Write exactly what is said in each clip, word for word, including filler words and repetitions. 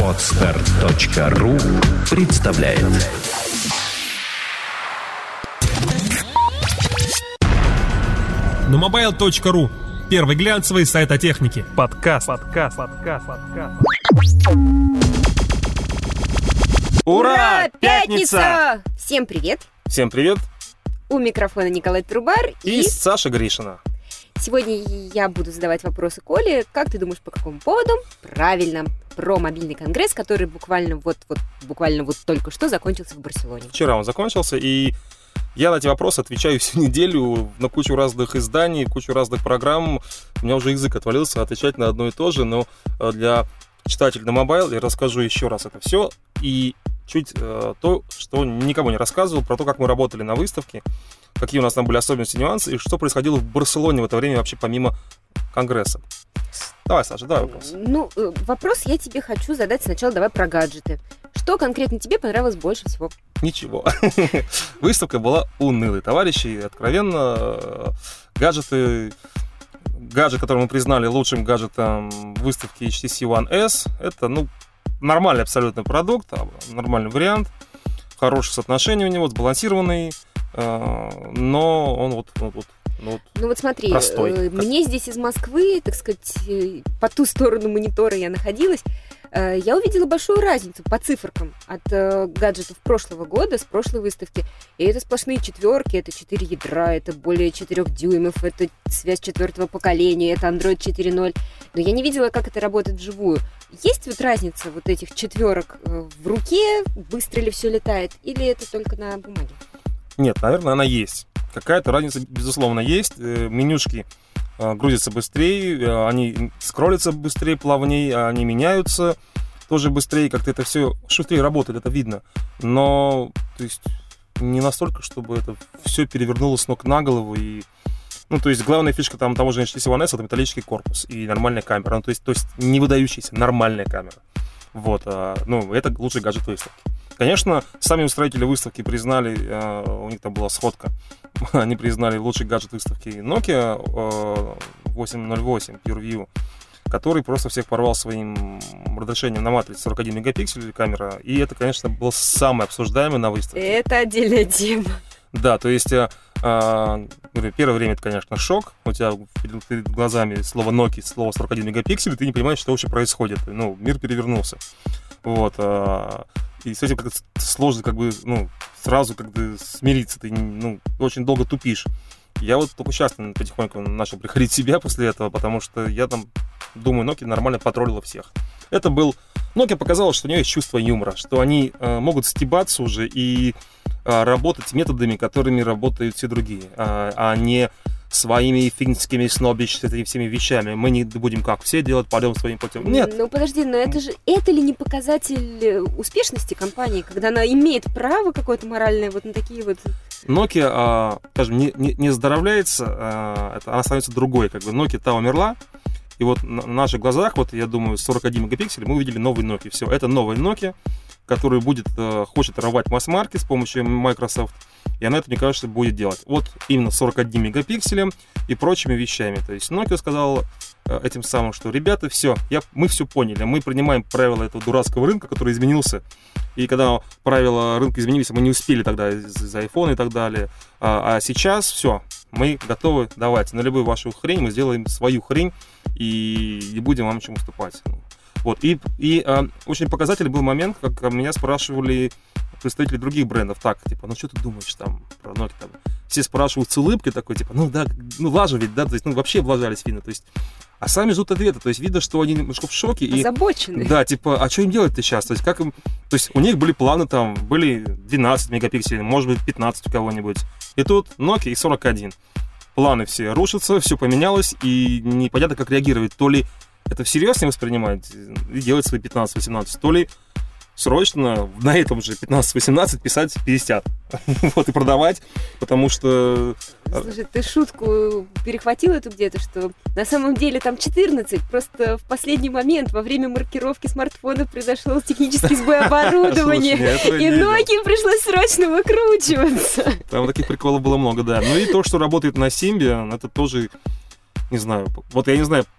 Подстер точка ру представляет. Numobile точка ру. Первый глянцевый сайт о технике. Подкаст. Подкаст. Подкаст. Подкаст. Ура! Пятница! Всем привет! Всем привет! У микрофона Николай Трубар и, и Саша Гришина. Сегодня я буду задавать вопросы Коле. Как ты думаешь, по какому поводу? Правильно, про мобильный конгресс, который буквально вот, вот, буквально вот только что закончился в Барселоне. Вчера он закончился, и я на эти вопросы отвечаю всю неделю на кучу разных изданий, кучу разных программ. У меня уже язык отвалился отвечать на одно и то же, но для читателей на Mobile я расскажу еще раз это все. И чуть э, то, что никому не рассказывал, про то, как мы работали на выставке, какие у нас там были особенности, нюансы, и что происходило в Барселоне в это время вообще помимо конгресса. Давай, Саша, давай вопрос. Ну, вопрос я тебе хочу задать сначала, давай про гаджеты. Что конкретно тебе понравилось больше всего? Ничего. Выставка была унылой, товарищи, откровенно. Гаджеты... Гаджет, который мы признали лучшим гаджетом выставки эйч ти си One эс, это, ну, нормальный абсолютно продукт, нормальный вариант, хорошее соотношение у него, сбалансированный, но он вот, вот, вот, вот ну вот смотри, простой. Мне здесь из Москвы, так сказать, по ту сторону монитора я находилась, я увидела большую разницу по циферкам от гаджетов прошлого года, с прошлой выставки. И это сплошные четверки, это четыре ядра, это более четырех дюймов, это связь четвертого поколения, это Android четыре ноль. Но я не видела, как это работает вживую. Есть вот разница вот этих четверок в руке, быстро ли все летает, или это только на бумаге? Нет, наверное, она есть. Какая-то разница, безусловно, есть. Менюшки грузятся быстрее, они скроллятся быстрее, плавнее, они меняются тоже быстрее, как-то это все шустрее работает, это видно. Но, то есть, не настолько, чтобы это все перевернулось с ног на голову. И, ну, то есть, главная фишка там того же эйч ти си One эс — это металлический корпус и нормальная камера. Ну, то есть, то есть не выдающаяся, нормальная камера. Вот, ну, это лучший гаджет выставки. Конечно, сами устроители выставки признали, у них там была сходка, они признали лучший гаджет выставки Nokia восемь ноль восемь PureView, который просто всех порвал своим разрешением на матрице сорок один мегапиксель камера, и это, конечно, было самое обсуждаемое на выставке. Это отдельная тема. Да, то есть первое время это, конечно, шок, у тебя перед глазами слово Nokia, слово сорок один мегапиксель, и ты не понимаешь, что вообще происходит, ну, мир перевернулся. Вот, и с этим как-то сложно, как бы, ну, сразу как бы смириться, ты, ну, очень долго тупишь. Я вот только сейчас потихоньку начал приходить в себя после этого, потому что я там, думаю, Nokia нормально потроллила всех. Это был... Nokia показала, что у нее есть чувство юмора, что они э, могут стебаться уже и э, работать методами, которыми работают все другие, а, а не своими финскими снобическими всеми вещами. Мы не будем как все делать, пойдем своим путем. Нет. Ну подожди, но это же это ли не показатель успешности компании, когда она имеет право какое-то моральное вот на такие вот... Nokia, а, скажем, не, не, не оздоровляется, а, это, она становится другой. Как бы Nokia та умерла, и вот на наших глазах, вот я думаю, сорок один мегапиксель, мы увидели новый Nokia. Все, это новый Nokia, который будет, хочет рвать масс-маркет с помощью Microsoft. И она это, мне кажется, будет делать. Вот именно сорок один мегапикселем и прочими вещами. То есть Nokia сказала этим самым, что ребята, все, я, мы все поняли. Мы принимаем правила этого дурацкого рынка, который изменился. И когда правила рынка изменились, мы не успели тогда из-за iPhone и так далее. А, а сейчас все, мы готовы, давайте, на любую вашу хрень мы сделаем свою хрень и не будем вам чем уступать. Вот. И, и а, очень показательный был момент, как меня спрашивали представители других брендов, так, типа, ну что ты думаешь там про Nokia, там, все спрашивают с улыбкой такой, типа, ну да, ну лажа ведь, да, то есть, ну вообще облажались видно, то есть, а сами ждут ответа, то есть видно, что они немножко в шоке. Озабочены. И, да, типа, а что им делать-то сейчас, то есть, как им, то есть, у них были планы там, были двенадцать мегапикселей, может быть, пятнадцать у кого-нибудь, и тут Nokia и сорок один. Планы все рушатся, все поменялось, и непонятно, как реагировать, то ли это всерьез не воспринимать и делать свои пятнадцать-восемнадцать, то ли срочно на этом же пятнадцать-восемнадцать писать пятьдесят. Вот, и продавать, потому что... Слушай, ты шутку перехватил эту где-то, что на самом деле там четырнадцать, просто в последний момент во время маркировки смартфона произошел технический сбой оборудования, и Nokia пришлось срочно выкручиваться. Там таких приколов было много, да. Ну и то, что работает на Симбе, это тоже, не знаю, вот я не знаю,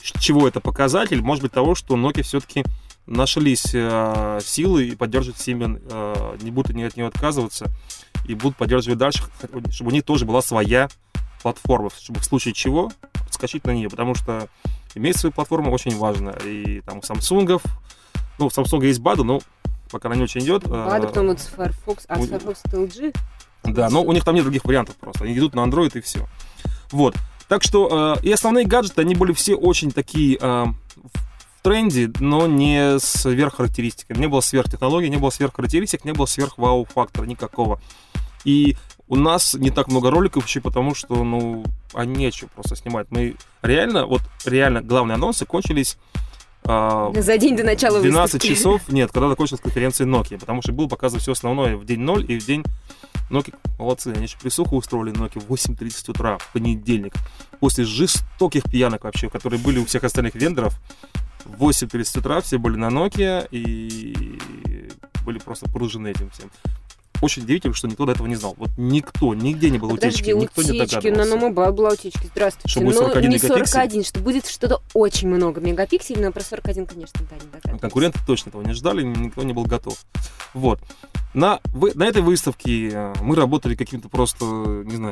чего это показатель? Может быть, того, что Nokia все-таки нашлись э, силы и поддерживать Symbian, э, не будут они от нее отказываться и будут поддерживать дальше, чтобы у них тоже была своя платформа, чтобы в случае чего отскочить на нее, потому что иметь свою платформу очень важно. И там у Samsung, ну, у Samsung есть бада, но пока она не очень идет. бада, потом вот с Firefox, а с Firefox это эл джи. Да, но у них там нет других вариантов просто. Они идут на Android и все. Вот. Так что э, и основные гаджеты, они были все очень такие э, в тренде, но не с сверххарактеристиками. Не было сверхтехнологий, не было сверххарактеристик, не было сверх-вау-фактора никакого. И у нас не так много роликов еще потому, что, ну, а нечего просто снимать. Мы реально, вот реально главные анонсы кончились э, за день до начала двенадцать выставки. часов, нет, когда закончилась конференция Nokia, потому что было показано все основное в день ноль и в день Nokia. Молодцы, они еще присуху устроили Nokia в восемь тридцать утра в понедельник. После жестоких пьянок вообще, которые были у всех остальных вендоров, в восемь тридцать утра все были на Nokia и были просто поражены этим всем. Очень удивительно, что никто до этого не знал. Вот никто, нигде не было Подожди, утечки, никто не утечки, догадывался. на Mobile была утечка, здравствуйте. Что будет Но сорок один не сорок мегапиксель? один, что будет что-то очень много мегапикселей, но про сорок один, конечно, да, не догадываюсь. Конкуренты точно этого не ждали, никто не был готов. Вот. На, вы, на этой выставке мы работали каким-то просто, не знаю,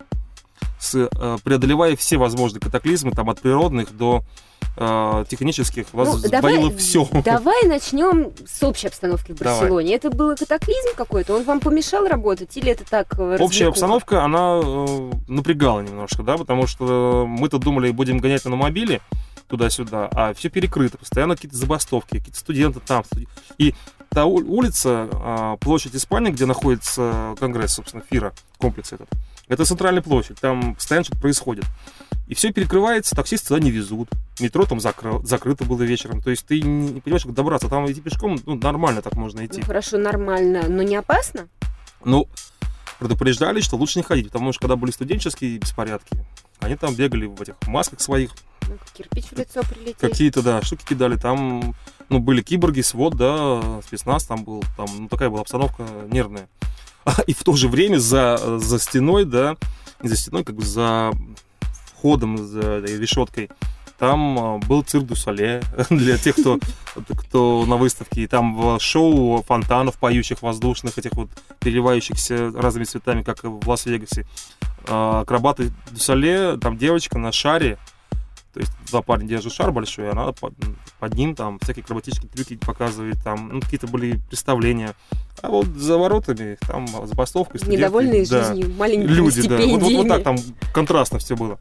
с, преодолевая все возможные катаклизмы, там, от природных до э, технических. Вас Ну, давай, сбоило все. давай начнем с общей обстановки в Давай. Барселоне. Это был катаклизм какой-то? Он вам помешал работать или это так? Общая развлекуха? обстановка, она э, напрягала немножко, да, потому что мы-то думали, будем гонять на мобиле туда-сюда, а все перекрыто, постоянно какие-то забастовки, какие-то студенты там. Студ... И та у- улица, э, площадь Испании, где находится Конгресс, собственно, ФИРА, комплекс этот, это центральная площадь, там постоянно что-то происходит. И все перекрывается, таксисты туда не везут, метро там закры... закрыто было вечером, то есть ты не понимаешь, как добраться, там идти пешком, ну, нормально так можно идти. Ну, хорошо, нормально, но не опасно? Ну, предупреждали, что лучше не ходить, потому что когда были студенческие беспорядки, они там бегали в этих масках своих, Ну, кирпич в лицо прилетел. какие-то, да, штуки кидали, там, ну, были киборги, свод, да, спецназ там был, там, ну, такая была обстановка нервная. А, и в то же время за, за стеной, да, не за стеной, как бы за входом, за решеткой, там а, был цирк дю Соле для тех, кто, кто на выставке. И там было шоу фонтанов поющих, воздушных, этих вот переливающихся разными цветами, как в Лас-Вегасе. А, акробаты дю Соле, там девочка на шаре, то есть два парня держат шар большой, и она под, под ним там всякие акробатические трюки показывает, там, ну, какие-то были представления. А вот за воротами там забастовка, студенты. Недовольные да, жизнью, маленькими люди, да. стипендиями. Вот, вот, вот так там контрастно все было.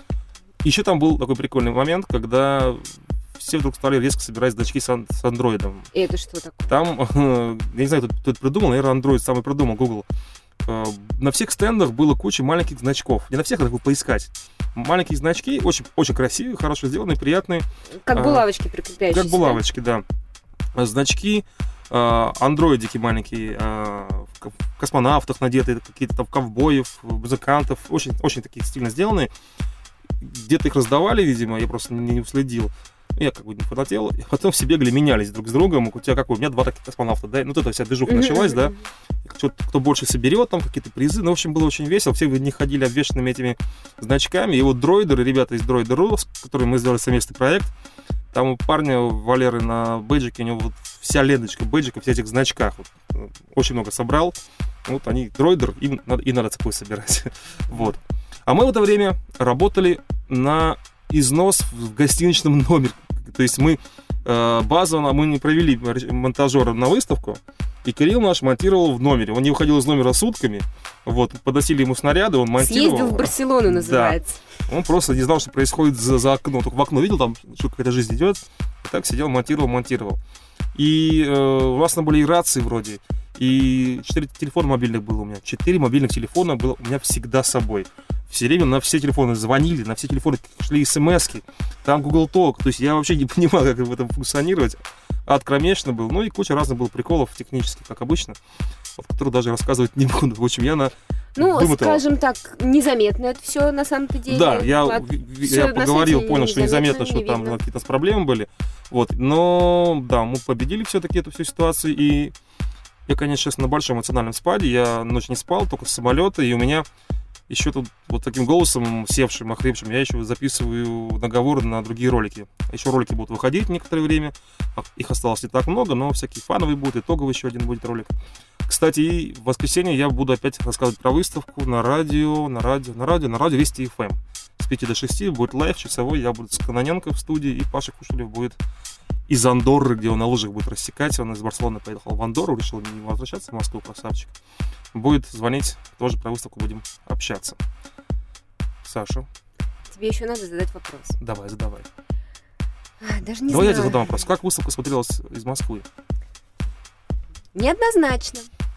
Еще там был такой прикольный момент, когда все вдруг стали резко собирать значки с, ан- с андроидом. И это что такое? Там, я не знаю, кто, кто это придумал, наверное, Android самый придумал, Google. Э, На всех стендах было куча маленьких значков. Не на всех, надо было поискать. Маленькие значки, очень, очень красивые, хорошо сделанные, приятные. Как а, булавочки прикрепляющиеся. Как булавочки, да. Значки, э, андроидики маленькие, э, в космонавтах надетые, какие-то там ковбоев, музыкантов. Очень, очень такие стильно сделанные. Где-то их раздавали, видимо, я просто не, не уследил. Я как бы не фанател. И потом все бегали, менялись друг с другом. У тебя какой? У меня два таких космонавта, да? Ну, вот эта вся движуха началась, да? Кто, кто больше соберет, там какие-то призы. Ну, в общем, было очень весело. Все не ходили обвешанными этими значками. И вот дроидеры, ребята из Droider.ru, с которыми мы сделали совместный проект, там у парня, Валеры, на бейджике, у него вот вся ленточка бейджика в этих значках. Вот, очень много собрал. Вот они, дроидер, им надо, и надо такой собирать. Вот. А мы в это время работали на износ в гостиничном номере. То есть мы э, базово, мы не провели монтажера на выставку, и Кирилл наш монтировал в номере. Он не уходил из номера сутками. Вот, подносили ему снаряды, он монтировал. Съездил в Барселону, называется. Да. Он просто не знал, что происходит за, за окном. Только в окно видел, там, что какая-то жизнь идет. И так сидел, монтировал, монтировал. И э, у нас там были и рации вроде. И четыре телефона мобильных было у меня. Четыре мобильных телефона было у меня всегда с собой. Все время на все телефоны звонили, на все телефоны шли смс-ки. Там Google Talk. То есть я вообще не понимал, как в этом функционировать. Ад кромешно был. Ну и куча разных было приколов технических, как обычно, о которых даже рассказывать не буду. В общем, я на... Ну, вымотал. скажем так, незаметно это все на самом-то деле. Да, я, От... я поговорил, понял, что незаметно, что там видно. какие-то проблемы были. Вот. Но, да, мы победили все-таки эту всю ситуацию. И я, конечно, сейчас на большом эмоциональном спаде. Я ночь не спал, только с самолета. И у меня... еще тут вот таким голосом севшим, охрипшим, я еще записываю наговоры на другие ролики. Еще ролики будут выходить некоторое время. Их осталось не так много, но всякие фановые будут, итоговый еще один будет ролик. Кстати, и в воскресенье я буду опять рассказывать про выставку на радио, на радио, на радио, на радио Вести эф эм. С пяти до шести будет лайв часовой, я буду с Кононенко в студии, и Паша Кушелев будет из Андорры, где он на лыжах будет рассекать. Он из Барселоны поехал в Андорру, решил не возвращаться в Москву, красавчик. Будет звонить, тоже про выставку будем общаться. Саша. Тебе еще надо задать вопрос. Давай, задавай. А, даже не Давай знаю. я тебе задам вопрос. Как выставка смотрелась из Москвы? Неоднозначно.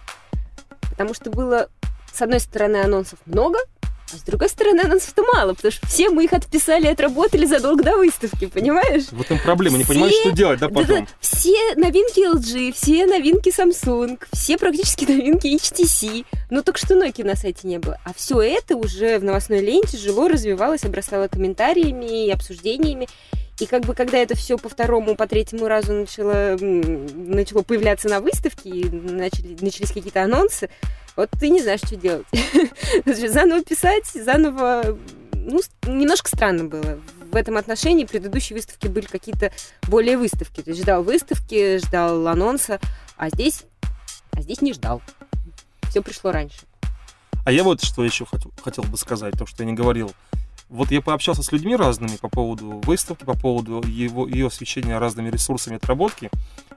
Потому что было, с одной стороны, анонсов много, а с другой стороны, анонсов-то мало, потому что все мы их отписали, отработали задолго до выставки, понимаешь? В этом проблема, не Все- понимаешь, что делать, да, потом? Да-да, все новинки эл джи, все новинки Samsung, все практически новинки эйч ти си. Ну, только что Nokia на сайте не было. А все это уже в новостной ленте жило, развивалось, обрастало комментариями и обсуждениями. И как бы, когда это все по второму, по третьему разу начало, м, начало появляться на выставке, и начали, начались какие-то анонсы, вот ты не знаешь, что делать. Заново писать, заново... Ну, с- немножко странно было. В этом отношении предыдущие выставки были какие-то более выставки. То есть ждал выставки, ждал анонса, а здесь, а здесь не ждал. Все пришло раньше. А я вот что еще хотел, хотел бы сказать, то, что я не говорил. Вот я пообщался с людьми разными по поводу выставки, по поводу его, ее освещения разными ресурсами отработки.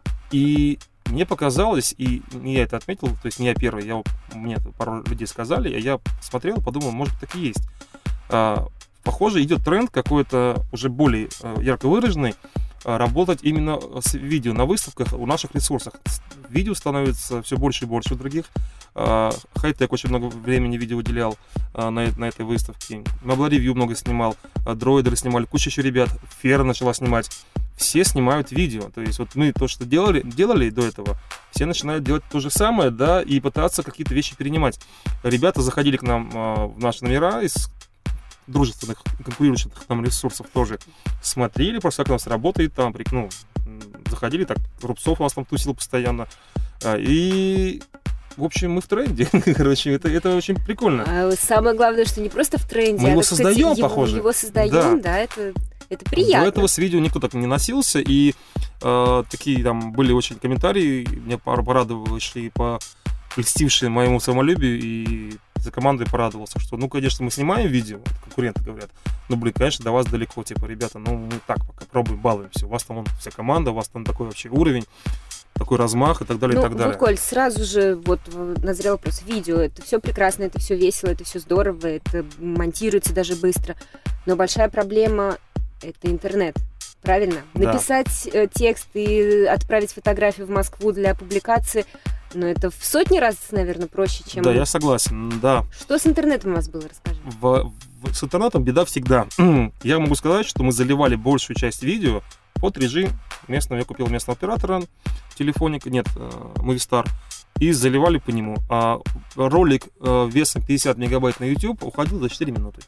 И мне показалось, и не я это отметил, то есть не я первый, я, мне пару людей сказали, а я смотрел, подумал, может быть, так и есть. А, похоже, идет тренд какой-то уже более а, ярко выраженный, а, работать именно с видео на выставках у наших ресурсах. Видео становится все больше и больше у других. А, Хай-Тек очень много времени видео уделял а, на, на этой выставке. Mobile Review много снимал, а, дроидеры снимали, куча еще ребят, Фера начала снимать. Все снимают видео. То есть вот мы то, что делали, делали до этого, все начинают делать то же самое, да, и пытаться какие-то вещи перенимать. Ребята заходили к нам а, в наши номера из дружественных, конкурирующих нам ресурсов тоже, смотрели просто, как у нас работает там, при- ну, м, заходили, так, Рубцов у нас там тусил постоянно. А, И, в общем, мы в тренде. Короче, это, это очень прикольно. А самое главное, что не просто в тренде, Мы а, его так сказать, создаем, его, похоже. его создаем, Да. да, это, это приятно. До этого с видео никто так не носился, и э, такие там были очень комментарии, меня пора- порадовавшие, по льстившие моему самолюбию, и за командой порадовался, что, ну, конечно, мы снимаем видео, конкуренты говорят, ну, блин, конечно, до вас далеко, типа, ребята, ну, мы так пока пробуем, балуемся, у вас там вон, вся команда, у вас там такой вообще уровень, такой размах и так далее, Ну, и так далее. вот, Коль, сразу же вот э, назрел вопрос. Видео, это все прекрасно, это все весело, это все здорово, это монтируется даже быстро. Но большая проблема — это интернет. Правильно? Да. Написать э, текст и отправить фотографию в Москву для публикации, ну, это в сотни раз, наверное, проще, чем... Да, я согласен, да. Что с интернетом у вас было, расскажи. В, в- с интернетом беда всегда. Я могу сказать, что мы заливали большую часть видео под режим местного. Я купил местного оператора телефоника, нет, э, Movistar, и заливали по нему. А ролик э, весом пятьдесят мегабайт на YouTube уходил за четыре минуты.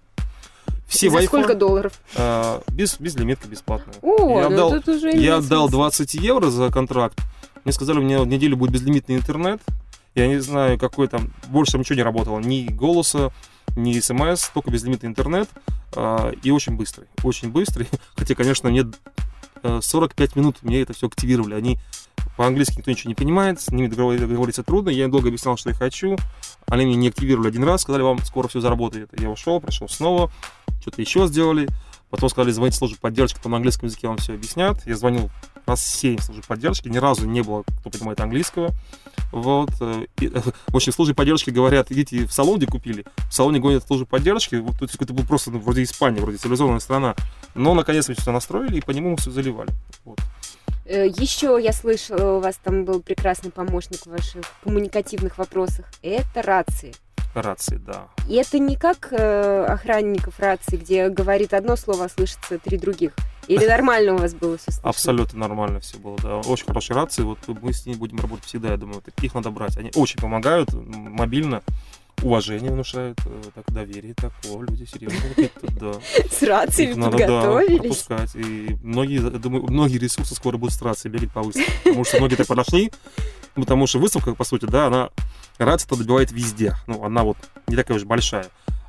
Все За Wi-Fi, сколько долларов? э, без, без лимитки, бесплатно. О, я ну отдал, тут уже я имеет отдал смысл. двадцать евро за контракт. Мне сказали, у меня в неделю будет безлимитный интернет. Я не знаю, какой там, больше там ничего не работало. Ни голоса, ни смс, только безлимитный интернет. а, И очень быстрый, очень быстрый. Хотя, конечно, мне э, сорок пять минут мне это все активировали. Они по-английски никто ничего не понимает, с ними договор- договориться трудно. Я им долго объяснял, что я хочу. Они мне не активировали один раз, сказали, вам скоро все заработает. Я ушел, пришел снова, что-то еще сделали. Потом сказали, звоните в службу поддержки, потом на английском языке вам все объяснят. Я звонил раз семь в службу поддержки, ни разу не было, кто понимает английского. Вот. э, и, э, В общем, в службе поддержки говорят, идите в салон, где купили. В салоне гонят в службу поддержки. Вот, то есть это был просто ну, вроде Испания, вроде цивилизованная страна. Но наконец мы все настроили, и по нему мы все заливали. Вот. Э, Еще я слышала, у вас там был прекрасный помощник в ваших коммуникативных вопросах. Это рации. Рации, да. И это не как э, охранников рации, где говорит одно слово, а слышится три других. Или нормально у вас было все слышно? Абсолютно нормально все было, да. Очень хорошие рации, вот мы с ними будем работать всегда, я думаю, их надо брать. Они очень помогают, м, мобильно, уважение внушают, э, так, доверие такое, люди серьезные какие-то, да. С рацией Их надо, да, подготовились. пропускать. И многие, я думаю, многие ресурсы скоро будут с рацией бегать по выставке. Потому что многие так подошли, потому что выставка, по сути, да, она рация-то добивает везде. Ну, она вот не такая уж большая.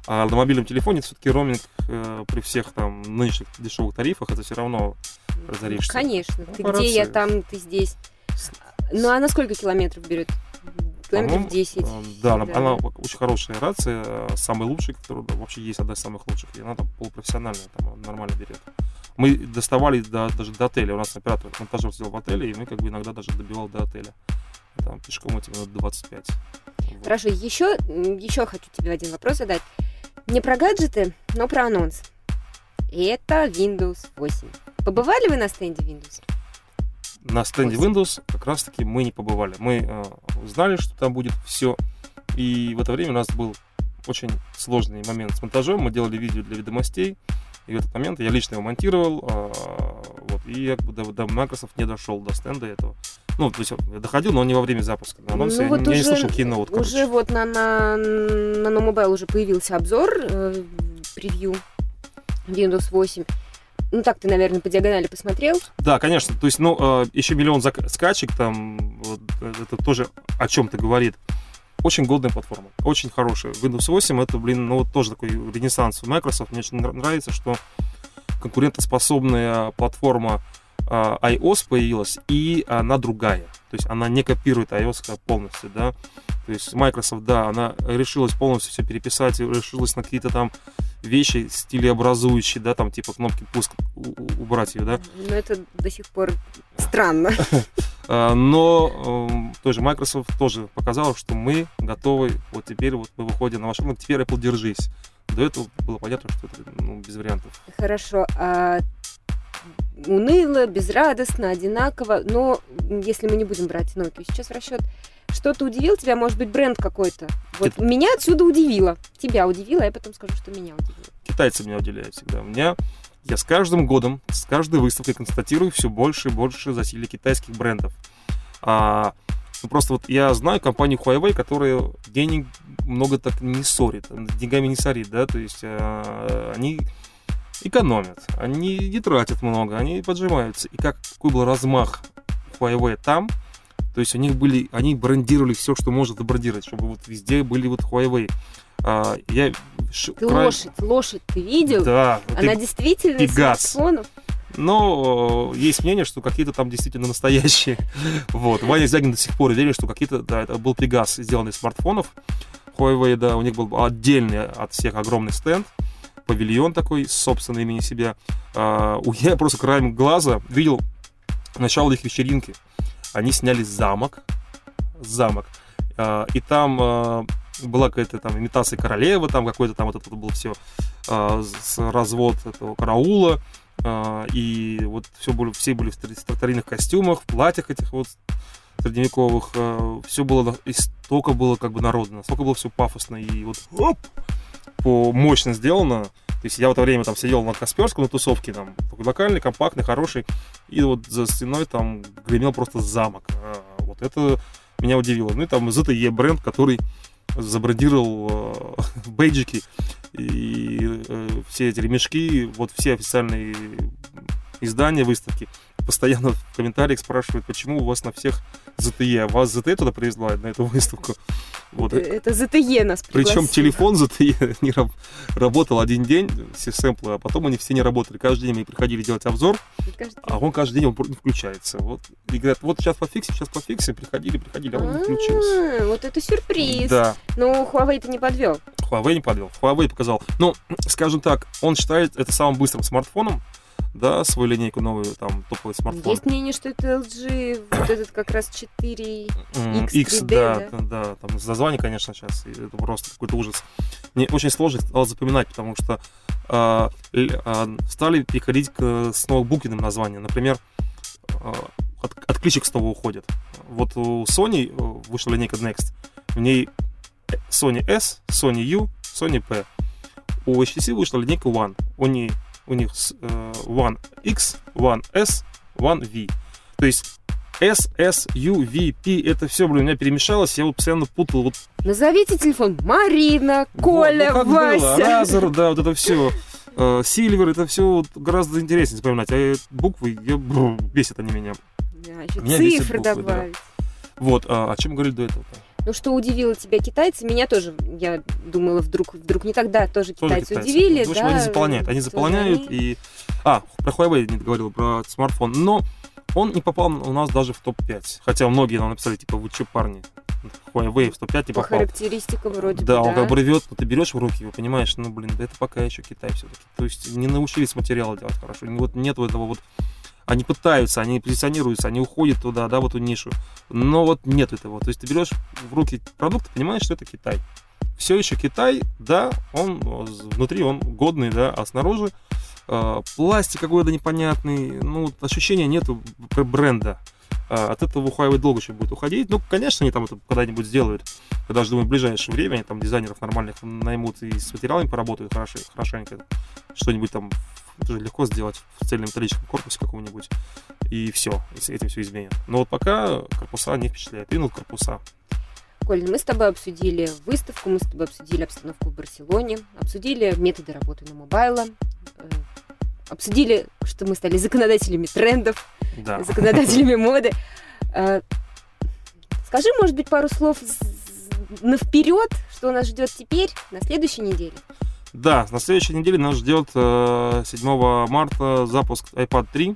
А на мобильном телефоне все-таки роуминг э, при всех там нынешних дешевых тарифах, это все равно разоришься. Конечно. Ты Ну, где, я рация. там, ты здесь. Ну, а на сколько километров берет? Километров По-моему, десять. э, Да, она, Да. она очень хорошая рация, э, самая лучшая, которая да, вообще есть, одна из самых лучших. И она там полупрофессиональная, там она нормально берет. Мы доставали до, даже до отеля. У нас оператор монтажер сидел в отеле, и мы как бы иногда даже добивал до отеля. Там пешком эти минут двадцать пять. Вот. Хорошо, еще, еще хочу тебе один вопрос задать. Не про гаджеты, но про анонс. И это Windows восемь. Побывали вы на стенде Windows? На стенде Windows как раз-таки мы не побывали. Мы э, узнали, что там будет все. И в это время у нас был очень сложный момент с монтажом. Мы делали видео для ведомостей. И в этот момент я лично его монтировал. Э, вот, и я как бы до, до Microsoft не дошел, до стенда этого. Ну, то есть я доходил, но не во время запуска. На анонсе Ну, я, вот не- я не уже- слышал Keynote, короче. Уже вот на, на, на NoMobile уже появился обзор, э, превью Windows восемь. Ну, так ты, наверное, по диагонали посмотрел. Да, конечно. То есть, ну, э, еще миллион зак- скачек там, вот, э, это тоже о чем-то говорит. Очень годная платформа, очень хорошая. Windows восемь это, блин, ну, вот тоже такой ренессанс у Microsoft. Мне очень нрав- нравится, что конкурентоспособная платформа э, iOS появилась, и она другая. То есть она не копирует iOS полностью, да. То есть Microsoft, да, она решилась полностью все переписать, решилась на какие-то там вещи стилеобразующие, да, там типа кнопки пуск у- у- убрать ее, да. Но это до сих пор странно. А, Но эм, тоже Microsoft тоже показала, что мы готовы, вот теперь вот мы выходим на ваш рынок, теперь Apple, держись. До этого было понятно, что это ну, без вариантов. Хорошо. А уныло, безрадостно, одинаково. Но если мы не будем брать Nokia сейчас в расчет, что-то удивил тебя? Может быть, бренд какой-то? Вот Это- меня отсюда удивило. Тебя удивило, а я потом скажу, что меня удивило. Китайцы меня удивляют всегда. У меня, я с каждым годом, с каждой выставкой констатирую все больше и больше засилия китайских брендов. А, ну, просто вот я знаю компанию Huawei, которая денег много так не ссорит, деньгами не сорит, да, то есть а, они экономят, они не тратят много, они поджимаются. И как, какой был размах Huawei там, то есть у них были, они брендировали все, что может брендировать, чтобы вот везде были вот Huawei. А, я ш- Ты край- лошадь, лошадь ты видел? Да, Она ты- действительно из Пегас. смартфонов. но э, есть мнение, что какие-то там действительно настоящие. Вот. Ваня Звягин до сих пор верит, что какие-то, да, это был Пегас, сделанный из смартфонов. Huawei, да, у них был отдельный от всех огромный стенд, павильон такой, собственно, имени себя. А, у- я просто краем глаза видел начало их вечеринки. Они сняли замок, замок, А, и там а, была какая-то там имитация королевы, там какой-то там вот это было все, с развод этого караула. А, и вот все были, все были в стар- старинных костюмах, в платьях этих вот средневековых. А, все было, и столько было как бы народно, настолько было все пафосно и вот оп, по мощно сделано. То есть я в это время там сидел на Касперском, на тусовке, там, такой локальный, компактный, хороший, и вот за стеной там гремел просто замок. А, вот это меня удивило. Ну и там зет и и бренд, который забрендировал э, бейджики и э, все эти ремешки, вот все официальные издания выставки постоянно в комментариях спрашивают, почему у вас на всех зет и и, а вас зет и и туда привезла на эту выставку. Вот. Это, это зет и и нас Причем пригласило. телефон зет и и не раб- работал один день, все сэмплы, а потом они все не работали. Каждый день мы приходили делать обзор, Мне кажется, а он каждый день он не включается. Вот. И говорят, вот сейчас пофиксим, сейчас пофиксим. Приходили, приходили, а он не включился. А, вот это сюрприз. Да, Ну, Huawei-то не подвел. Huawei не подвел. Huawei показал. Ну, скажем так, он считает это самым быстрым смартфоном, да, свою линейку новую, там, топовый смартфон. Есть мнение, что это эл джи, вот этот как раз четыре М, X X, три дэ, да, да? да, да, там название, конечно, сейчас, и это просто какой-то ужас. Мне очень сложно стало запоминать, потому что а, л- а, стали переходить к, с ноутбукиным названием. Например, а, от, откличек снова уходит. Вот у Sony э, вышла линейка Next, в ней Sony S, Sony U, Sony P. У эйч ти си вышла линейка One. У них, у них с- э, One X, One S, One V. То есть S, S, U, V, P, это все, блин, у меня перемешалось, я вот постоянно путал. Вот, Назовите телефон. Марина, Коля, вот, ну, как было, Вася. Razer, да, вот это все. Silver, это все вот гораздо интереснее запоминать. А буквы, я, бррр, бесят они меня. Да, еще Меня бесит цифры буквы, да. добавить. Вот, а, о чем мы говорили до этого? Ну, что удивило тебя китайцы, меня тоже, я думала, вдруг, вдруг не тогда тоже, тоже китайцы, китайцы удивили. В общем, да, они заполняют, они заполняют, они... и... А, про Huawei не договорил, про смартфон, но он не попал у нас даже в топ пять, хотя многие нам написали, типа, вы что, парни, Huawei в топ пять не попал. По характеристикам вроде да, бы, да. Он как бы рвет, но ты берешь в руки его, понимаешь, ну, блин, да это пока еще Китай все-таки. То есть не научились материалы делать хорошо, вот нету этого вот... Они пытаются, они позиционируются, они уходят туда, да, в эту нишу, но вот нет этого. То есть ты берешь в руки продукт, понимаешь, что это Китай. Все еще Китай, да, он внутри он годный, да, а снаружи э, пластик какой-то непонятный, ну, ощущения нету бренда. Э, от этого Huawei долго еще будет уходить. Ну, конечно, они там это когда-нибудь сделают. Я даже думаю, в ближайшее время они там дизайнеров нормальных наймут и с материалами поработают хорошо, хорошенько. Что-нибудь там это же легко сделать в цельнометаллическом корпусе каком-нибудь. И все, и этим все изменят. Но вот пока корпуса не впечатляют. Инут корпуса. Коль, мы с тобой обсудили выставку, мы с тобой обсудили обстановку в Барселоне, обсудили методы работы на мобайла, э, обсудили, что мы стали законодателями трендов, да. законодателями моды. Э, скажи, может быть, пару слов на вперед, что нас ждет теперь, на следующей неделе? Да, на следующей неделе нас ждет э, седьмого марта запуск айпад три.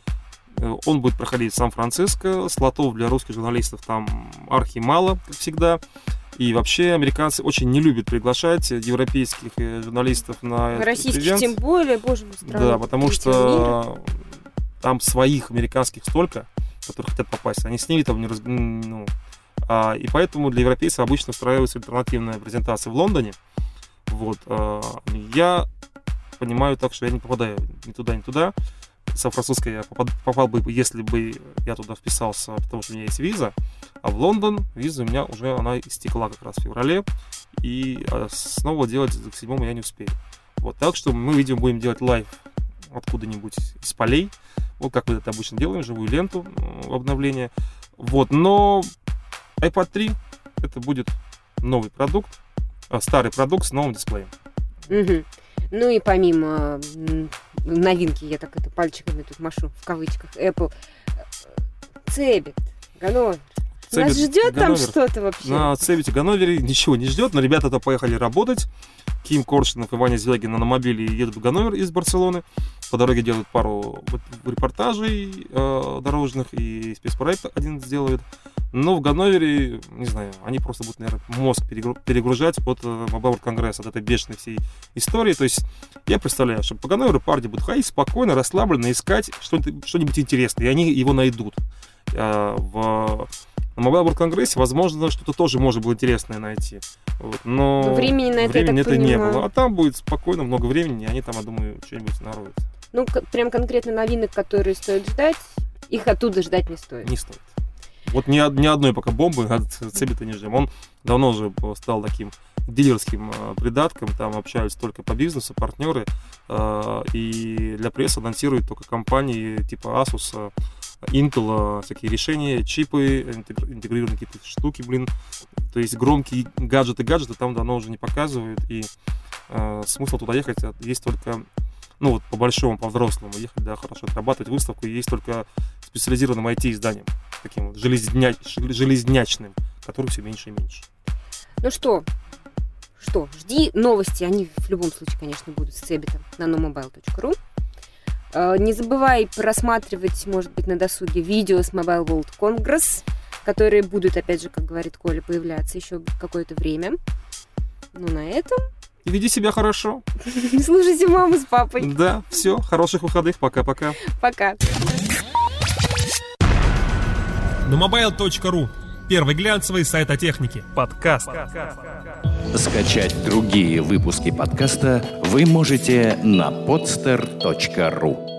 Он будет проходить в Сан-Франциско. Слотов для русских журналистов там архи мало, как всегда. И вообще американцы очень не любят приглашать европейских журналистов на российских этот ивент. Тем более, боже мой, странно. Да, потому что мира. Там своих американских столько, которые хотят попасть. Они с ними там не раз... ну, а, и поэтому для европейцев обычно устраивается альтернативная презентация в Лондоне. Вот. А, я понимаю так, что я не попадаю ни туда, ни туда. В Сан-Франциско я попал, попал бы, если бы я туда вписался, потому что у меня есть виза. А в Лондон виза у меня уже она истекла как раз в феврале. И снова делать к седьмому я не успею. Вот. Так что мы, видимо, будем делать лайв откуда-нибудь из полей. Вот как мы это обычно делаем, живую ленту обновления. Вот. Но айпад три это будет новый продукт, а, старый продукт с новым дисплеем. Угу. Ну и помимо новинки, я так это пальчиками тут машу, в кавычках, Apple, Цебит, Ганновер. Нас ждет там что-то вообще? На Цебите, Ганновере ничего не ждет, но ребята-то поехали работать. Ким Коршунов и Ваня Звягин на мобиле едут в Ганновер из Барселоны. По дороге делают пару репортажей э, дорожных и спецпроект один сделают. Но в Ганновере, не знаю, они просто будут, наверное, мозг перегружать от Mobile World Congress, от этой бешеной всей истории. То есть я представляю, что по Ганноверу парни будут ходить спокойно, расслабленно, искать что-нибудь, что-нибудь интересное, и они его найдут. А в на Mobile World Congress, возможно, что-то тоже можно было интересное найти. Вот. Но, Но времени на это, времени я так это не понимаю. было. А там будет спокойно, много времени, и они там, я думаю, что-нибудь нароют. Ну, прям конкретно новинок, которые стоит ждать, их оттуда ждать не стоит. Не стоит. Вот ни, ни одной пока бомбы от Цебита не ждем. Он давно уже стал таким дилерским э, придатком, там общаются только по бизнесу, партнеры, э, и для прессы анонсируют только компании типа Asus, Intel, всякие решения, чипы, интегрированные какие-то штуки, блин. То есть громкие гаджеты-гаджеты там давно уже не показывают, и э, смысл туда ехать есть только, ну вот по-большому, по-взрослому ехать, да, хорошо отрабатывать выставку, есть только специализированным ай ти-изданием, таким вот железня... железнячным, которых все меньше и меньше. Ну что, что, жди новости, они в любом случае, конечно, будут с Цебитом на номобайл точка ру. Не забывай просматривать, может быть, на досуге видео с Mobile World Congress, которые будут, опять же, как говорит Коля, появляться еще какое-то время. Ну, на этом... И веди себя хорошо. Слушайте маму с папой. Да, все, хороших выходных, пока-пока. Пока. номобайл точка ру. Первый глянцевый сайт о технике. Подкаст. Скачать другие выпуски подкаста вы можете на подстер точка ру.